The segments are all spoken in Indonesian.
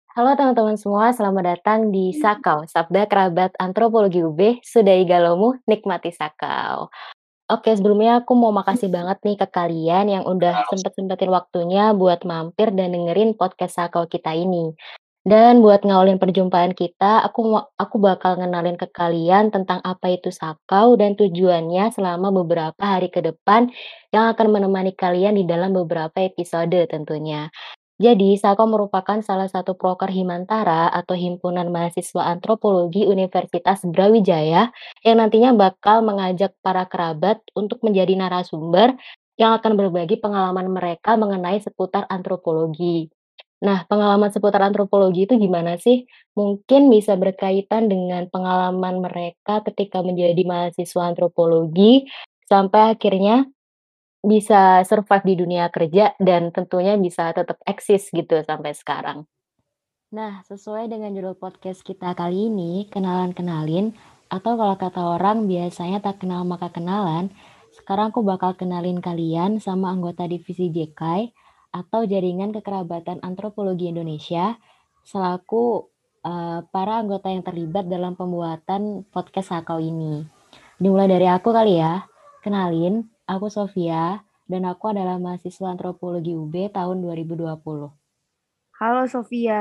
Halo teman-teman semua, selamat datang di Sakau, Sabda Kerabat Antropologi UB, Sudai Galomu, Nikmati Sakau. Oke, sebelumnya aku mau makasih banget nih ke kalian yang udah sempet-sempetin waktunya buat mampir dan dengerin podcast Sakau kita ini. Dan buat ngawalin perjumpaan kita, aku bakal ngenalin ke kalian tentang apa itu Sakau dan tujuannya selama beberapa hari ke depan yang akan menemani kalian di dalam beberapa episode tentunya. Jadi, Saka merupakan salah satu proker Himantara atau Himpunan Mahasiswa Antropologi Universitas Brawijaya yang nantinya bakal mengajak para kerabat untuk menjadi narasumber yang akan berbagi pengalaman mereka mengenai seputar antropologi. Nah, pengalaman seputar antropologi itu gimana sih? Mungkin bisa berkaitan dengan pengalaman mereka ketika menjadi mahasiswa antropologi sampai akhirnya bisa survive di dunia kerja dan tentunya bisa tetap eksis gitu sampai sekarang. Nah, sesuai dengan judul podcast kita kali ini, kenalan-kenalin, atau kalau kata orang biasanya tak kenal maka kenalan, sekarang aku bakal kenalin kalian sama anggota divisi JKI atau Jaringan Kekerabatan Antropologi Indonesia, selaku para anggota yang terlibat dalam pembuatan podcast Sakau ini. Dimulai dari aku kali ya. Kenalin, aku Sofia, dan aku adalah mahasiswa antropologi UB tahun 2020. Halo Sofia,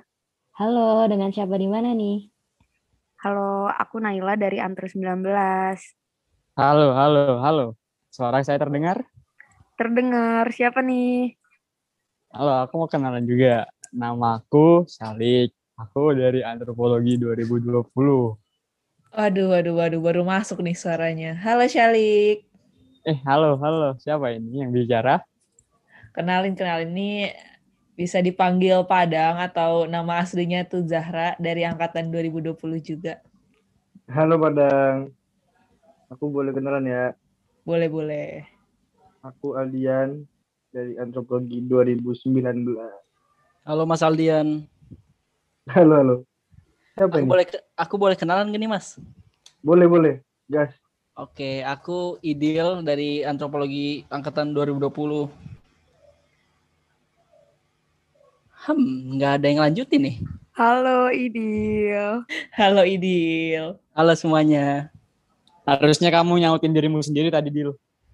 Halo, dengan siapa di mana nih? halo aku Naila dari Antro 19. Halo, halo, halo. Suara saya terdengar? Terdengar siapa nih? Halo, aku mau kenalan juga. Namaku Salik. Aku dari Antropologi 2020. Waduh, baru masuk nih suaranya. Halo Syalik. Halo, halo. Siapa ini yang bicara? Kenalin ini bisa dipanggil Padang atau nama aslinya tuh Zahra dari angkatan 2020 juga. Halo Padang, aku boleh kenalan ya. Boleh. Aku Aldian dari Antropologi 2019. Halo Mas Aldian. Halo. Siapa ini? Aku boleh kenalan gini Mas? Boleh. Gas. Oke, aku Idil dari Antropologi angkatan 2020. Nggak ada yang lanjutin nih. Halo Idil. Halo Idil. Halo semuanya. Harusnya kamu nyautin dirimu sendiri tadi, Dil.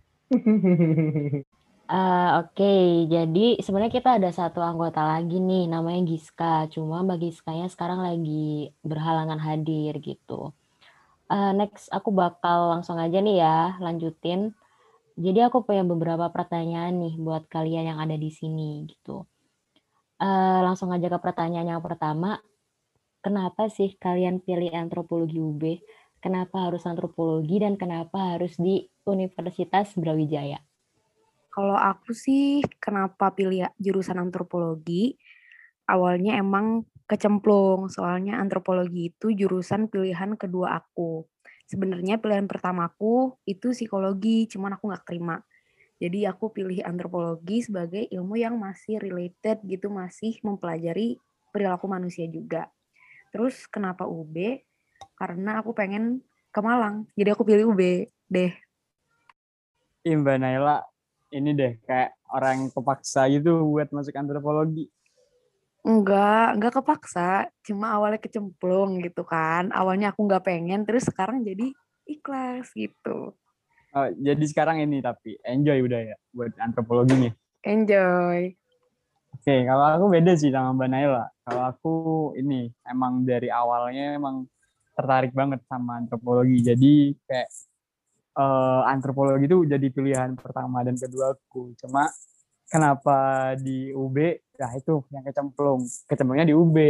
Oke, jadi sebenarnya kita ada satu anggota lagi nih, namanya Giska. Cuma Mbak Giskanya sekarang lagi berhalangan hadir gitu. Next, aku bakal langsung aja nih ya, lanjutin. Jadi aku punya beberapa pertanyaan nih buat kalian yang ada di sini gitu. Langsung aja ke pertanyaan yang pertama. Kenapa sih kalian pilih antropologi UB? Kenapa harus antropologi dan kenapa harus di Universitas Brawijaya? Kalau aku sih kenapa pilih jurusan antropologi? Awalnya emang kecemplung, soalnya antropologi itu jurusan pilihan kedua aku. Sebenarnya pilihan pertamaku itu psikologi, cuman aku nggak terima. Jadi aku pilih antropologi sebagai ilmu yang masih related gitu, masih mempelajari perilaku manusia juga. Terus kenapa UB? Karena aku pengen ke Malang. Jadi aku pilih UB deh. Mbak Naila, ini deh kayak orang yang kepaksa gitu buat masuk antropologi. Enggak kepaksa. Cuma awalnya kecemplung gitu kan. Awalnya aku nggak pengen, terus sekarang jadi ikhlas gitu. Oh, jadi sekarang ini tapi enjoy udah ya buat antropologinya. Enjoy. Oke, kalau aku beda sih sama Mbak Naila. Kalau aku ini emang dari awalnya emang tertarik banget sama antropologi. Jadi kayak antropologi itu jadi pilihan pertama dan kedua aku. Cuma kenapa di UB? Ya itu yang kecemplungnya di UB.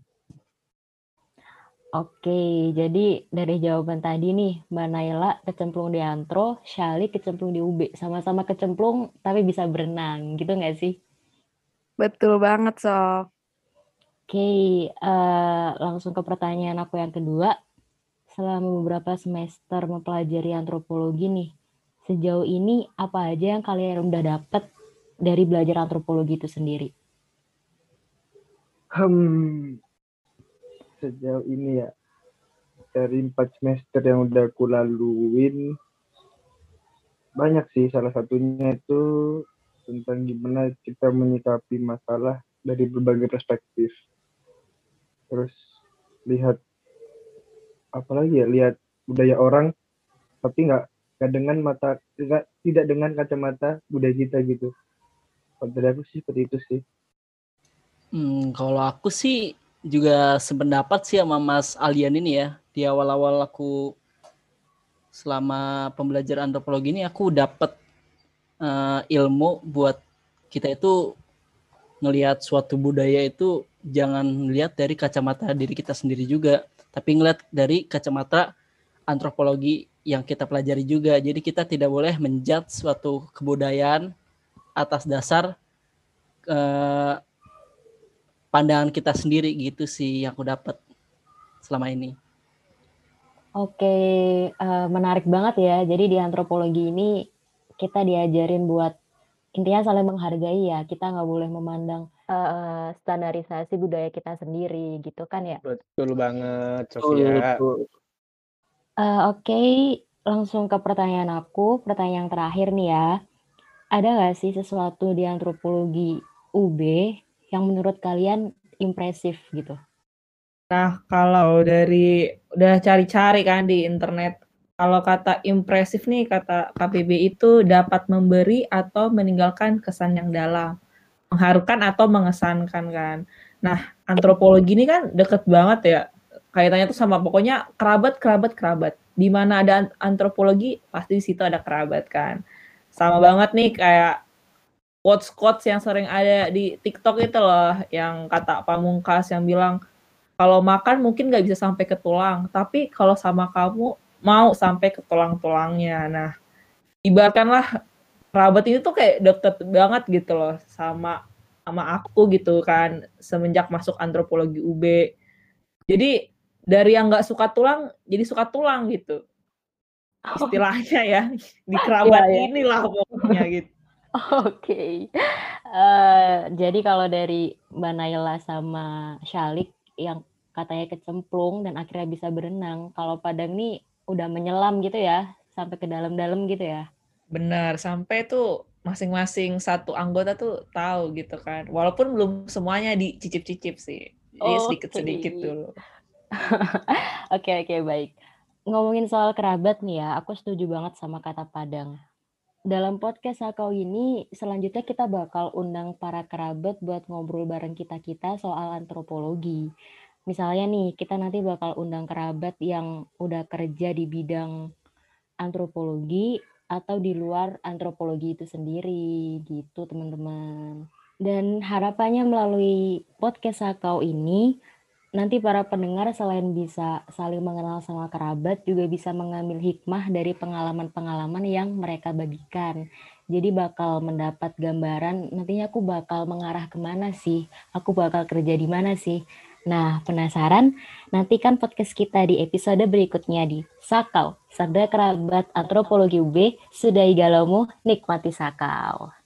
Oke, jadi dari jawaban tadi nih, Mbak Naila kecemplung di Antro, Syali kecemplung di UB. Sama-sama kecemplung, tapi bisa berenang, gitu nggak sih? Betul banget, Sof. Oke, langsung ke pertanyaan aku yang kedua. Selama beberapa semester mempelajari antropologi nih, sejauh ini apa aja yang kalian udah dapet dari belajar antropologi itu sendiri? Sejauh ini ya, dari 4 semester yang udah aku laluin, banyak sih. Salah satunya itu tentang gimana kita menyikapi masalah dari berbagai perspektif. terus lihat apalagi ya, lihat budaya orang tapi nggak dengan mata, tidak dengan kacamata budaya kita gitu. Kalau dari aku sih seperti itu sih. Kalau aku sih juga sependapat sih sama Mas Alian ini ya. Di awal-awal aku selama pembelajaran antropologi ini aku dapat ilmu buat kita itu ngelihat suatu budaya itu jangan lihat dari kacamata diri kita sendiri juga, tapi ngelihat dari kacamata antropologi yang kita pelajari juga. Jadi kita tidak boleh menjudge suatu kebudayaan atas dasar pandangan kita sendiri gitu sih yang aku dapat selama ini. Oke, menarik banget ya. Jadi di antropologi ini kita diajarin buat intinya saling menghargai ya. Kita nggak boleh memandang standarisasi budaya kita sendiri gitu kan ya. Betul banget, Betul, Sofia. betul. Oke, langsung ke pertanyaan aku. Pertanyaan yang terakhir nih ya. Ada nggak sih sesuatu di antropologi UB yang menurut kalian impresif gitu? Nah, kalau dari udah cari-cari kan di internet, kalau kata impresif nih, kata KPB itu dapat memberi atau meninggalkan kesan yang dalam, mengharukan atau mengesankan kan. Nah, antropologi ini kan deket banget ya, kaitannya tuh sama pokoknya kerabat. Di mana ada antropologi, pasti di situ ada kerabat kan. Sama banget nih kayak quotes-quotes yang sering ada di TikTok itu loh, yang kata Pamungkas yang bilang, kalau makan mungkin nggak bisa sampai ke tulang, tapi kalau sama kamu mau sampai ke tulang-tulangnya. Nah, ibaratkanlah kerabat ini tuh kayak deket banget gitu loh sama aku gitu kan, semenjak masuk antropologi UB. Jadi dari yang nggak suka tulang jadi suka tulang gitu. Istilahnya ya, di kerabat Iya. inilah pokoknya gitu. Oke. Jadi kalau dari Mbak Naila sama Syalik yang katanya kecemplung dan akhirnya bisa berenang, kalau Padang nih udah menyelam gitu ya, sampai ke dalam-dalam gitu ya? Benar, sampai tuh masing-masing satu anggota tuh tahu gitu kan. Walaupun belum semuanya dicicip-cicip sih. Jadi Oke. sedikit-sedikit dulu. Oke, baik. Ngomongin soal kerabat nih ya, aku setuju banget sama kata Padang. Dalam podcast Sakau ini, selanjutnya kita bakal undang para kerabat buat ngobrol bareng kita-kita soal antropologi. Misalnya nih, kita nanti bakal undang kerabat yang udah kerja di bidang antropologi atau di luar antropologi itu sendiri, gitu teman-teman. Dan harapannya melalui podcast Sakau ini, nanti para pendengar selain bisa saling mengenal sama kerabat, juga bisa mengambil hikmah dari pengalaman-pengalaman yang mereka bagikan. Jadi bakal mendapat gambaran, nantinya aku bakal mengarah kemana sih? Aku bakal kerja di mana sih? Nah, penasaran? Nantikan podcast kita di episode berikutnya di Sakau, Sabda Kerabat Antropologi UB, Sudahi Galaumu, Nikmati Sakau.